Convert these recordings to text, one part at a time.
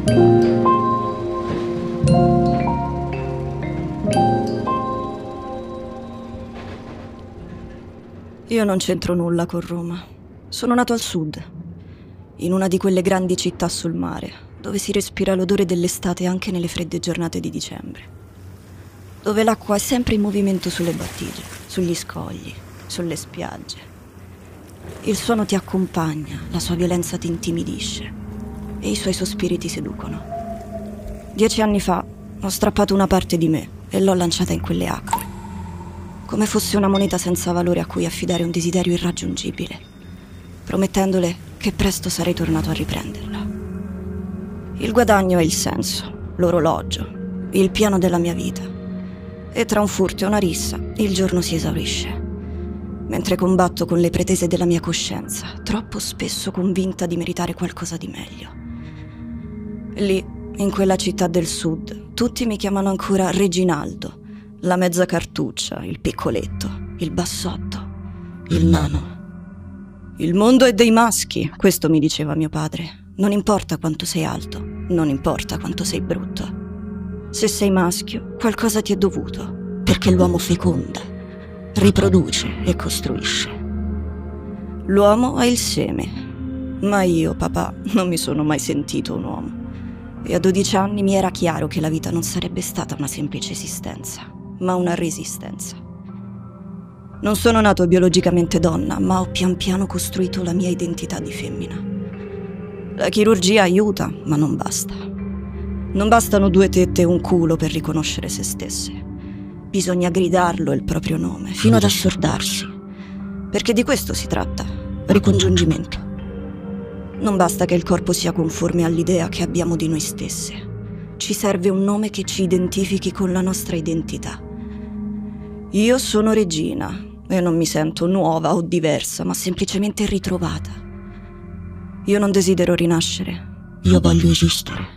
Io non c'entro nulla con Roma. Sono nato al sud, in una di quelle grandi città sul mare, dove si respira l'odore dell'estate anche nelle fredde giornate di dicembre. Dove l'acqua è sempre in movimento sulle battigie, sugli scogli, sulle spiagge. Il suono ti accompagna, la sua violenza ti intimidisce e i suoi sospiri ti seducono. 10 anni fa ho strappato una parte di me e l'ho lanciata in quelle acque, come fosse una moneta senza valore a cui affidare un desiderio irraggiungibile, promettendole che presto sarei tornato a riprenderla. Il guadagno è il senso, l'orologio, il piano della mia vita. E tra un furto e una rissa il giorno si esaurisce, mentre combatto con le pretese della mia coscienza, troppo spesso convinta di meritare qualcosa di meglio. Lì, in quella città del sud, tutti mi chiamano ancora Reginaldo, la mezza cartuccia, il piccoletto, il bassotto, il nano. Il mondo è dei maschi, questo mi diceva mio padre. Non importa quanto sei alto, non importa quanto sei brutto. Se sei maschio, qualcosa ti è dovuto, perché l'uomo feconda, riproduce e costruisce. L'uomo ha il seme, ma io, papà, non mi sono mai sentito un uomo. E a 12 anni mi era chiaro che la vita non sarebbe stata una semplice esistenza, ma una resistenza. Non sono nato biologicamente donna, ma ho pian piano costruito la mia identità di femmina. La chirurgia aiuta, ma non basta. Non bastano 2 tette e un culo per riconoscere se stesse. Bisogna gridarlo il proprio nome, fino ad assordarsi. Perché di questo si tratta, ricongiungimento. Non basta che il corpo sia conforme all'idea che abbiamo di noi stesse. Ci serve un nome che ci identifichi con la nostra identità. Io sono Regina e non mi sento nuova o diversa, ma semplicemente ritrovata. Io non desidero rinascere, io voglio esistere.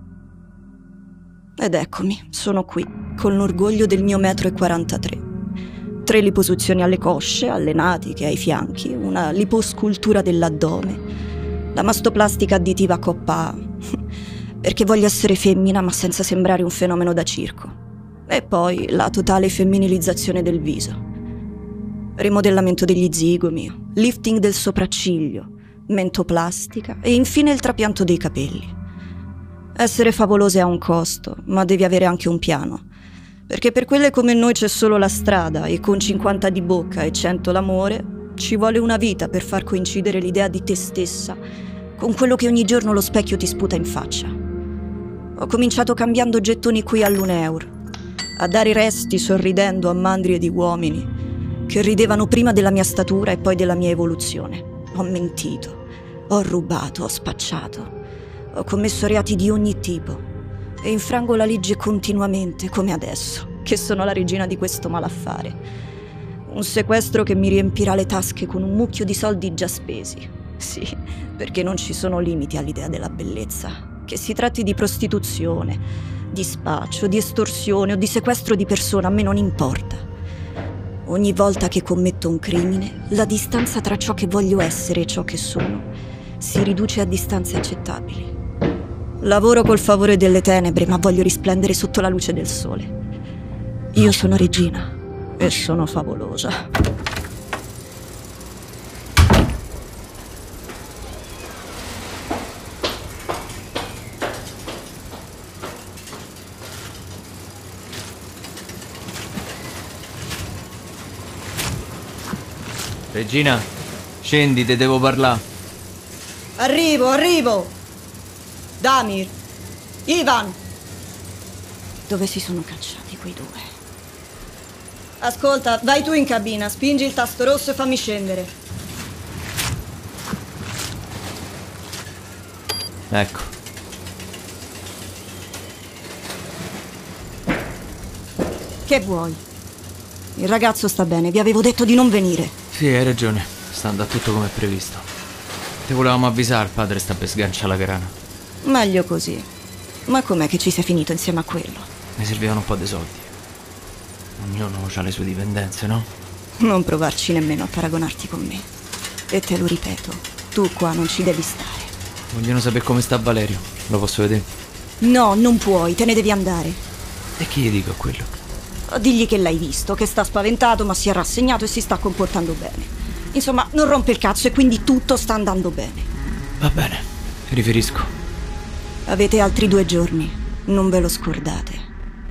Ed eccomi, sono qui, con l'orgoglio del mio 1,43 m. 3 liposuzioni alle cosce, alle natiche, ai fianchi, una liposcultura dell'addome, la mastoplastica additiva coppa A, perché voglio essere femmina ma senza sembrare un fenomeno da circo. E poi la totale femminilizzazione del viso. Rimodellamento degli zigomi, lifting del sopracciglio, mentoplastica e infine il trapianto dei capelli. Essere favolose ha un costo, ma devi avere anche un piano. Perché per quelle come noi c'è solo la strada e con 50 di bocca e 100 l'amore, ci vuole una vita per far coincidere l'idea di te stessa con quello che ogni giorno lo specchio ti sputa in faccia. Ho cominciato cambiando gettoni qui all'1 €, a dare resti sorridendo a mandrie di uomini che ridevano prima della mia statura e poi della mia evoluzione. Ho mentito, ho rubato, ho spacciato, ho commesso reati di ogni tipo e infrango la legge continuamente, come adesso, che sono la regina di questo malaffare. Un sequestro che mi riempirà le tasche con un mucchio di soldi già spesi. Sì, perché non ci sono limiti all'idea della bellezza. Che si tratti di prostituzione, di spaccio, di estorsione o di sequestro di persona, a me non importa. Ogni volta che commetto un crimine, la distanza tra ciò che voglio essere e ciò che sono si riduce a distanze accettabili. Lavoro col favore delle tenebre, ma voglio risplendere sotto la luce del sole. Io sono Regina e sono favolosa. Regina, scendi, te devo parlare. Arrivo! Damir! Ivan! Dove si sono cacciati quei 2? Ascolta, vai tu in cabina, spingi il tasto rosso e fammi scendere. Ecco. Che vuoi? Il ragazzo sta bene, vi avevo detto di non venire. Sì, hai ragione, sta andando tutto come previsto. Te volevamo avvisare, il padre sta per sganciare la grana. Meglio così. Ma com'è che ci sei finito insieme a quello? Mi servivano un po' di soldi. Ognuno ha le sue dipendenze, no? Non provarci nemmeno a paragonarti con me. E te lo ripeto, tu qua non ci devi stare. Vogliono sapere come sta Valerio. Lo posso vedere? No, non puoi, te ne devi andare. E che gli dico a quello? Digli che l'hai visto, che sta spaventato ma si è rassegnato e si sta comportando bene. Insomma, non rompe il cazzo e quindi tutto sta andando bene. Va bene, riferisco. Avete altri 2 giorni, non ve lo scordate.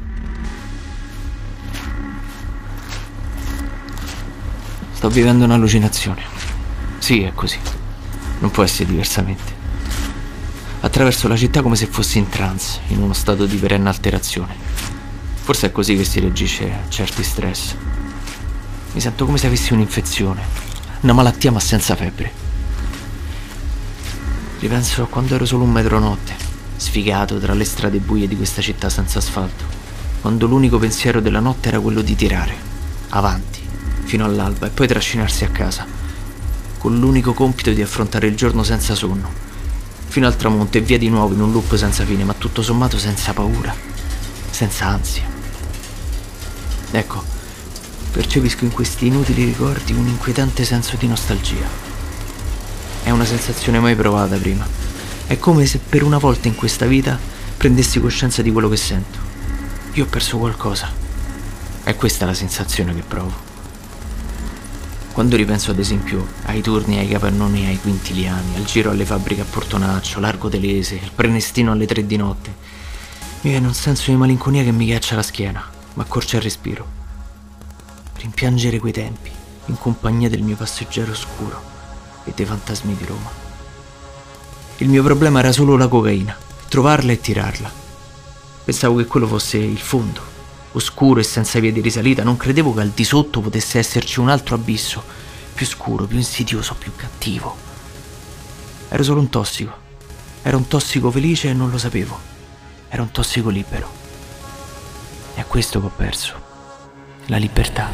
Sto vivendo un'allucinazione. Sì, è così. Non può essere diversamente. Attraverso la città come se fossi in trance, in uno stato di perenne alterazione. Forse è così che si reagisce a certi stress. Mi sento come se avessi un'infezione, una malattia ma senza febbre. Ripenso a quando ero solo un metronotte, sfigato tra le strade buie di questa città senza asfalto, quando l'unico pensiero della notte era quello di tirare, avanti, fino all'alba e poi trascinarsi a casa, con l'unico compito di affrontare il giorno senza sonno, fino al tramonto e via di nuovo in un loop senza fine, ma tutto sommato senza paura, senza ansia. Ecco, percepisco in questi inutili ricordi un inquietante senso di nostalgia. È una sensazione mai provata prima. È come se per una volta in questa vita prendessi coscienza di quello che sento. Io ho perso qualcosa. È questa la sensazione che provo. Quando ripenso ad esempio ai turni ai capannoni ai quintiliani, al giro alle fabbriche a Portonaccio, Largo Telese, il Prenestino alle 3 di notte, mi viene un senso di malinconia che mi ghiaccia la schiena, ma accorcia il respiro. Rimpiangere quei tempi, in compagnia del mio passeggero oscuro e dei fantasmi di Roma. Il mio problema era solo la cocaina, trovarla e tirarla. Pensavo che quello fosse il fondo, oscuro e senza via di risalita. Non credevo che al di sotto potesse esserci un altro abisso, più scuro, più insidioso, più cattivo. Ero solo un tossico. Era un tossico felice e non lo sapevo. Era un tossico libero. È questo che ho perso. La libertà.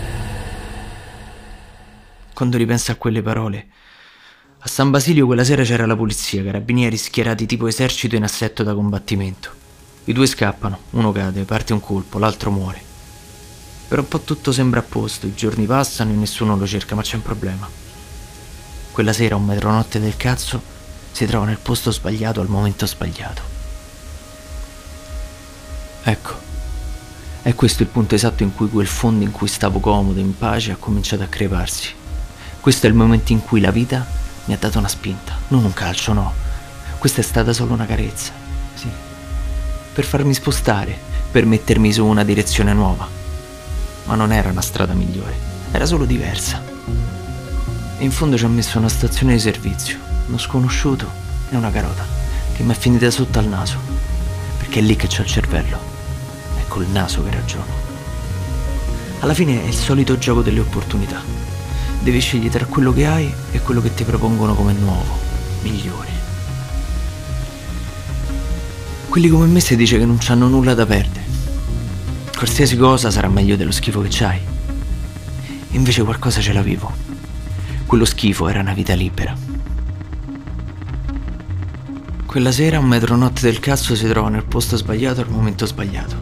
Quando ripenso a quelle parole, a San Basilio quella sera c'era la polizia, carabinieri schierati tipo esercito in assetto da combattimento. I 2 scappano, uno cade, parte un colpo, l'altro muore. Per un po' tutto sembra a posto, i giorni passano e nessuno lo cerca, ma c'è un problema. Quella sera un metronotte del cazzo si trova nel posto sbagliato al momento sbagliato. Ecco, è questo il punto esatto in cui quel fondo in cui stavo comodo, in pace, ha cominciato a creparsi. Questo è il momento in cui la vita mi ha dato una spinta, non un calcio, no. Questa è stata solo una carezza, sì. Per farmi spostare, per mettermi su una direzione nuova. Ma non era una strada migliore, era solo diversa. E in fondo ci ho messo una stazione di servizio, uno sconosciuto e una carota, che mi è finita sotto al naso, perché è lì che c'ho il cervello, è col naso che ragiono. Alla fine è il solito gioco delle opportunità. Devi scegliere tra quello che hai e quello che ti propongono come nuovo, migliore. Quelli come me si dice che non c'hanno nulla da perdere. Qualsiasi cosa sarà meglio dello schifo che c'hai. E invece qualcosa ce l'avevo. Quello schifo era una vita libera. Quella sera un metronotte del cazzo si trova nel posto sbagliato al momento sbagliato.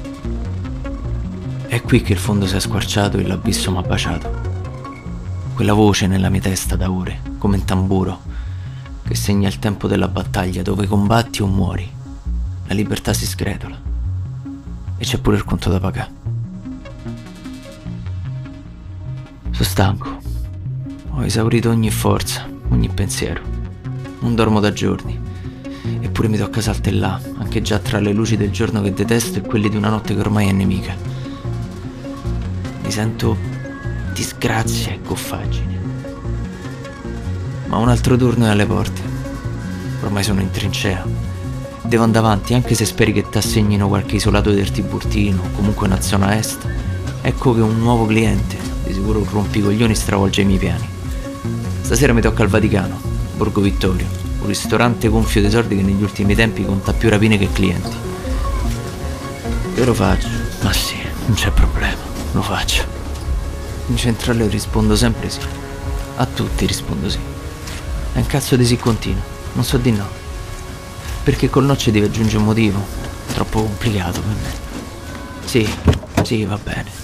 È qui che il fondo si è squarciato e l'abisso m'ha baciato. Quella voce nella mia testa da ore, come un tamburo, che segna il tempo della battaglia, dove combatti o muori. La libertà si sgretola. E c'è pure il conto da pagare. Sono stanco. Ho esaurito ogni forza, ogni pensiero. Non dormo da giorni. Eppure mi tocca saltellare, anche già tra le luci del giorno che detesto e quelle di una notte che ormai è nemica. Mi sento disgrazia e goffaggine. Ma un altro turno è alle porte. Ormai sono in trincea. Devo andare avanti, anche se speri che ti assegnino qualche isolato del Tiburtino o comunque una zona est. Ecco che un nuovo cliente, di sicuro un rompicoglioni, stravolge i miei piani. Stasera mi tocca al Vaticano, Borgo Vittorio, un ristorante gonfio dei soldi che negli ultimi tempi conta più rapine che clienti. Io lo faccio, ma sì, non c'è problema, lo faccio. In centrale rispondo sempre sì. A tutti rispondo sì. È un cazzo di sì continuo, non so di no. Perché col no ci deve aggiungere un motivo. È troppo complicato per me. Sì, va bene.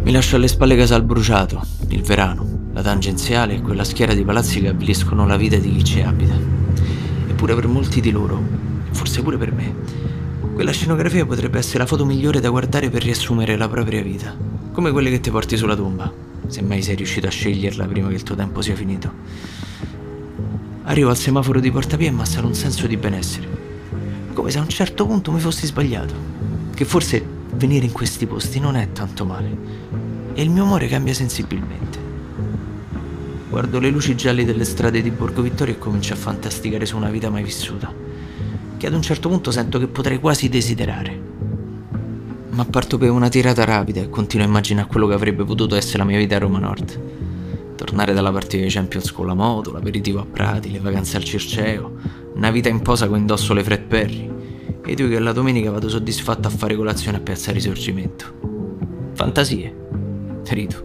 Mi lascio alle spalle Casal Bruciato, il Verano, la tangenziale e quella schiera di palazzi che avviliscono la vita di chi ci abita. Eppure per molti di loro, forse pure per me, quella scenografia potrebbe essere la foto migliore da guardare per riassumere la propria vita, come quelle che ti porti sulla tomba, se mai sei riuscito a sceglierla prima che il tuo tempo sia finito. Arrivo al semaforo di Porta Pia e m'assale un senso di benessere, come se a un certo punto mi fossi sbagliato, che forse venire in questi posti non è tanto male, e il mio umore cambia sensibilmente. Guardo le luci gialle delle strade di Borgo Vittorio e comincio a fantasticare su una vita mai vissuta, che ad un certo punto sento che potrei quasi desiderare. Ma parto per una tirata rapida e continuo a immaginare quello che avrebbe potuto essere la mia vita a Roma Nord. Tornare dalla partita di Champions con la moto, l'aperitivo a Prati, le vacanze al Circeo, una vita in posa con indosso le Fred Perry, ed io che la domenica vado soddisfatto a fare colazione a Piazza Risorgimento. Fantasie. Rido.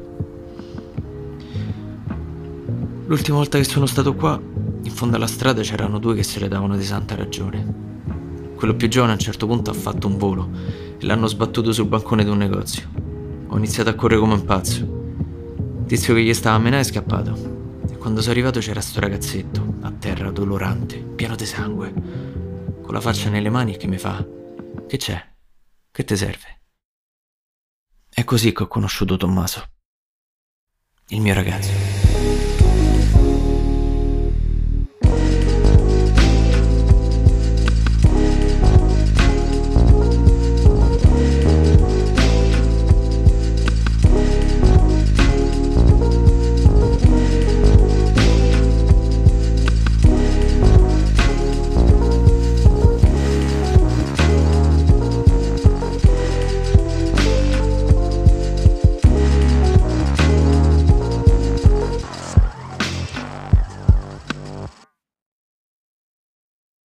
L'ultima volta che sono stato qua, in fondo alla strada c'erano due che se le davano di santa ragione. Quello più giovane a un certo punto ha fatto un volo e l'hanno sbattuto sul bancone di un negozio. Ho iniziato a correre come un pazzo. Il tizio che gli stava a menare è scappato e quando sono arrivato c'era sto ragazzetto a terra, dolorante, pieno di sangue, con la faccia nelle mani e che mi fa: "Che c'è? Che ti serve?" È così che ho conosciuto Tommaso, il mio ragazzo.